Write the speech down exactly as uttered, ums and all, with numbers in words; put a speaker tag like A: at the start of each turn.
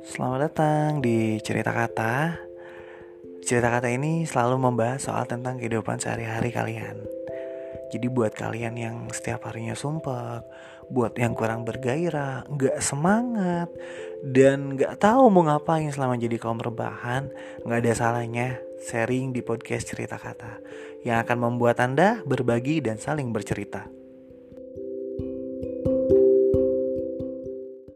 A: Selamat datang di Cerita Kata. Cerita Kata ini selalu membahas soal tentang kehidupan sehari-hari kalian. Jadi buat kalian yang setiap harinya sumpek, buat yang kurang bergairah, gak semangat, dan gak tahu mau ngapain selama jadi kaum rebahan, gak ada salahnya sharing di podcast Cerita Kata yang akan membuat Anda berbagi dan saling bercerita.